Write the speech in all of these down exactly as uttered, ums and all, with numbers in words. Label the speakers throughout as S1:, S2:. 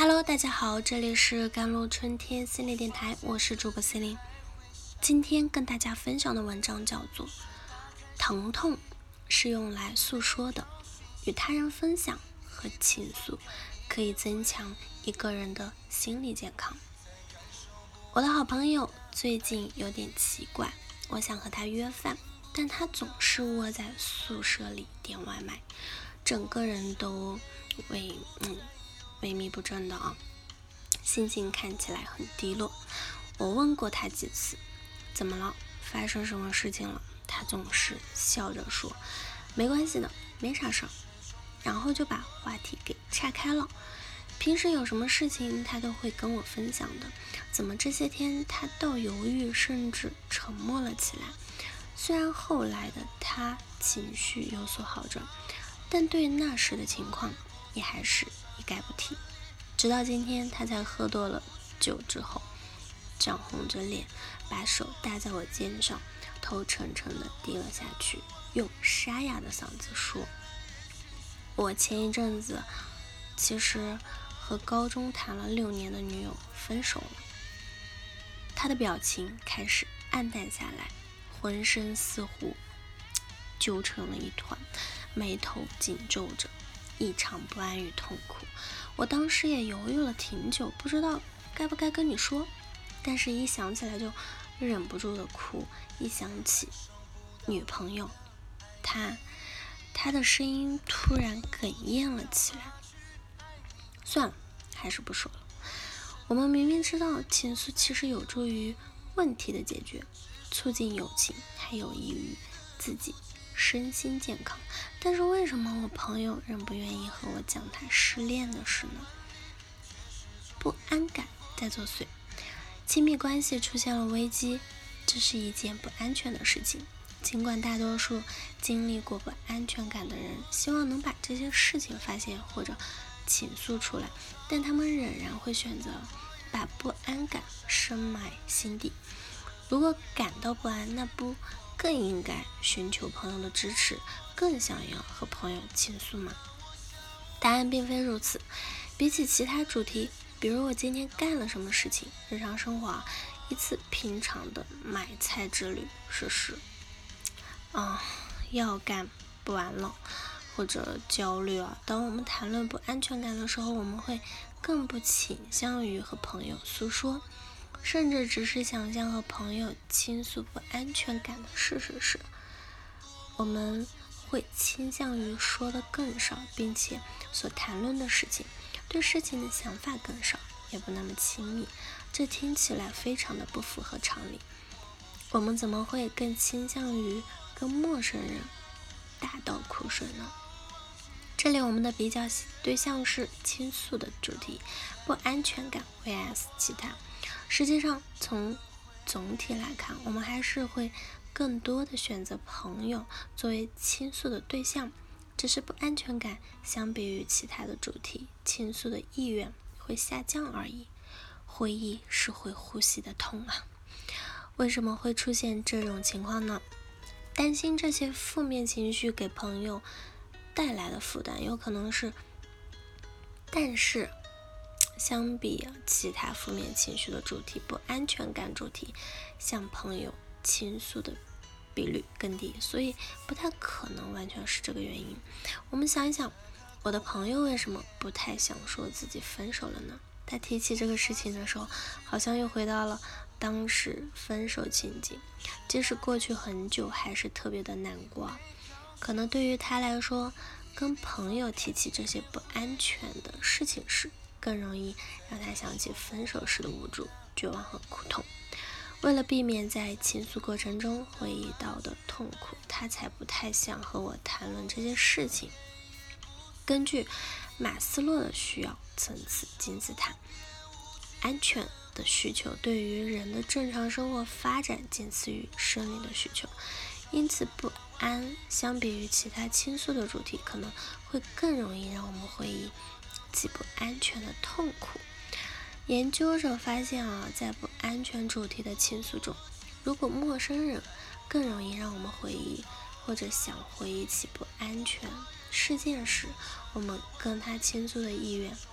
S1: Hello，大家好，这里是甘露春天心理电台，我是主播心灵。今天跟大家分享的文章叫做疼痛是用来诉说的，与他人分享和倾诉可以增强一个人的心理健康。我的好朋友最近有点奇怪，我想和他约饭，但他总是窝在宿舍里点外卖，整个人都萎嗯萎靡不振的啊，心情看起来很低落。我问过他几次，怎么了？发生什么事情了？他总是笑着说，没关系的，没啥事儿，然后就把话题给岔开了。平时有什么事情他都会跟我分享的，怎么这些天他倒犹豫，甚至沉默了起来？虽然后来的他情绪有所好转，但对那时的情况也还是一概不提。直到今天他才喝多了酒之后，涨红着脸，把手搭在我肩上，头沉沉的低了下去，用沙哑的嗓子说，我前一阵子其实和高中谈了六年的女友分手了。他的表情开始暗淡下来，浑身似乎揪成了一团，眉头紧皱着，异常不安与痛苦。我当时也犹豫了挺久，不知道该不该跟你说，但是一想起来就忍不住的哭，一想起女朋友，他他的声音突然哽咽了起来。算了，还是不说了。我们明明知道倾诉其实有助于问题的解决，促进友情，还有益于自己身心健康，但是为什么我朋友仍不愿意和我讲他失恋的事呢？不安感在作祟，亲密关系出现了危机，这是一件不安全的事情。尽管大多数经历过不安全感的人希望能把这些事情发现或者倾诉出来，但他们仍然会选择把不安感深埋心底。如果感到不安，那不更应该寻求朋友的支持，更想要和朋友倾诉吗？答案并非如此。比起其他主题，比如我今天干了什么事情，日常生活啊，一次平常的买菜之旅是事啊，要干不完了，或者焦虑啊。当我们谈论不安全感的时候，我们会更不倾向于和朋友诉说，甚至只是想象和朋友倾诉不安全感的事实时，我们会倾向于说的更少，并且所谈论的事情对事情的想法更少，也不那么亲密。这听起来非常的不符合常理。我们怎么会更倾向于跟陌生人大倒苦水呢？这里我们的比较对象是倾诉的主题，不安全感 vs 其他。实际上从总体来看，我们还是会更多的选择朋友作为倾诉的对象，只是不安全感相比于其他的主题，倾诉的意愿会下降而已。回忆是会呼吸的痛啊！为什么会出现这种情况呢？担心这些负面情绪给朋友带来的负担，有可能是，但是相比其他负面情绪的主题，不安全感主题向朋友倾诉的比率更低，所以不太可能完全是这个原因。我们想一想，我的朋友为什么不太想说自己分手了呢？他提起这个事情的时候，好像又回到了当时分手情景，即使过去很久，还是特别的难过。可能对于他来说，跟朋友提起这些不安全的事情时，更容易让他想起分手时的无助、绝望和苦痛。为了避免在倾诉过程中回忆到的痛苦，他才不太想和我谈论这些事情。根据马斯洛的需要层次金字塔，安全的需求对于人的正常生活发展仅次于生理的需求，因此不安相比于其他倾诉的主题，可能会更容易让我们回忆既不安全的痛苦。研究者发现啊，在不安全主题的倾诉中，如果陌生人更容易让我们回忆或者想回忆起不安全事件时，我们跟他倾诉的意愿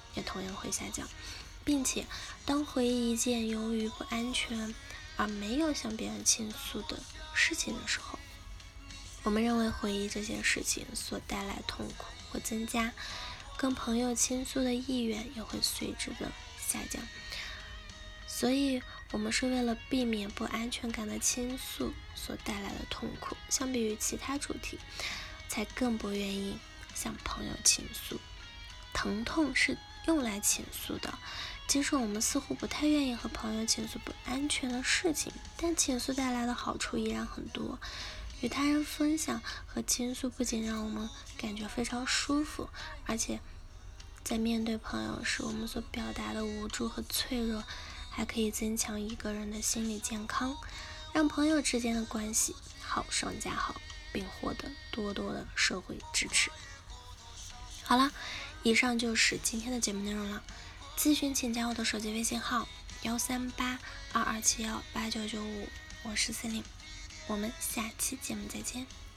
S1: 也同样会下降。并且当回忆一件由于不安全而没有向别人倾诉的事情的时候，我们认为回忆这件事情所带来痛苦会增加，跟朋友倾诉的意愿也会随之的下降。所以我们是为了避免不安全感的倾诉所带来的痛苦，相比于其他主题，才更不愿意向朋友倾诉。疼痛是用来倾诉的，即使我们似乎不太愿意和朋友倾诉不安全的事情，但倾诉带来的好处依然很多。与他人分享和倾诉不仅让我们感觉非常舒服，而且在面对朋友时，我们所表达的无助和脆弱还可以增强一个人的心理健康，让朋友之间的关系好上加好，并获得多多的社会支持。好了，以上就是今天的节目内容了。咨询请加我的手机微信号幺三八二二七幺八九九五，我是 Celine，我们下期节目再见。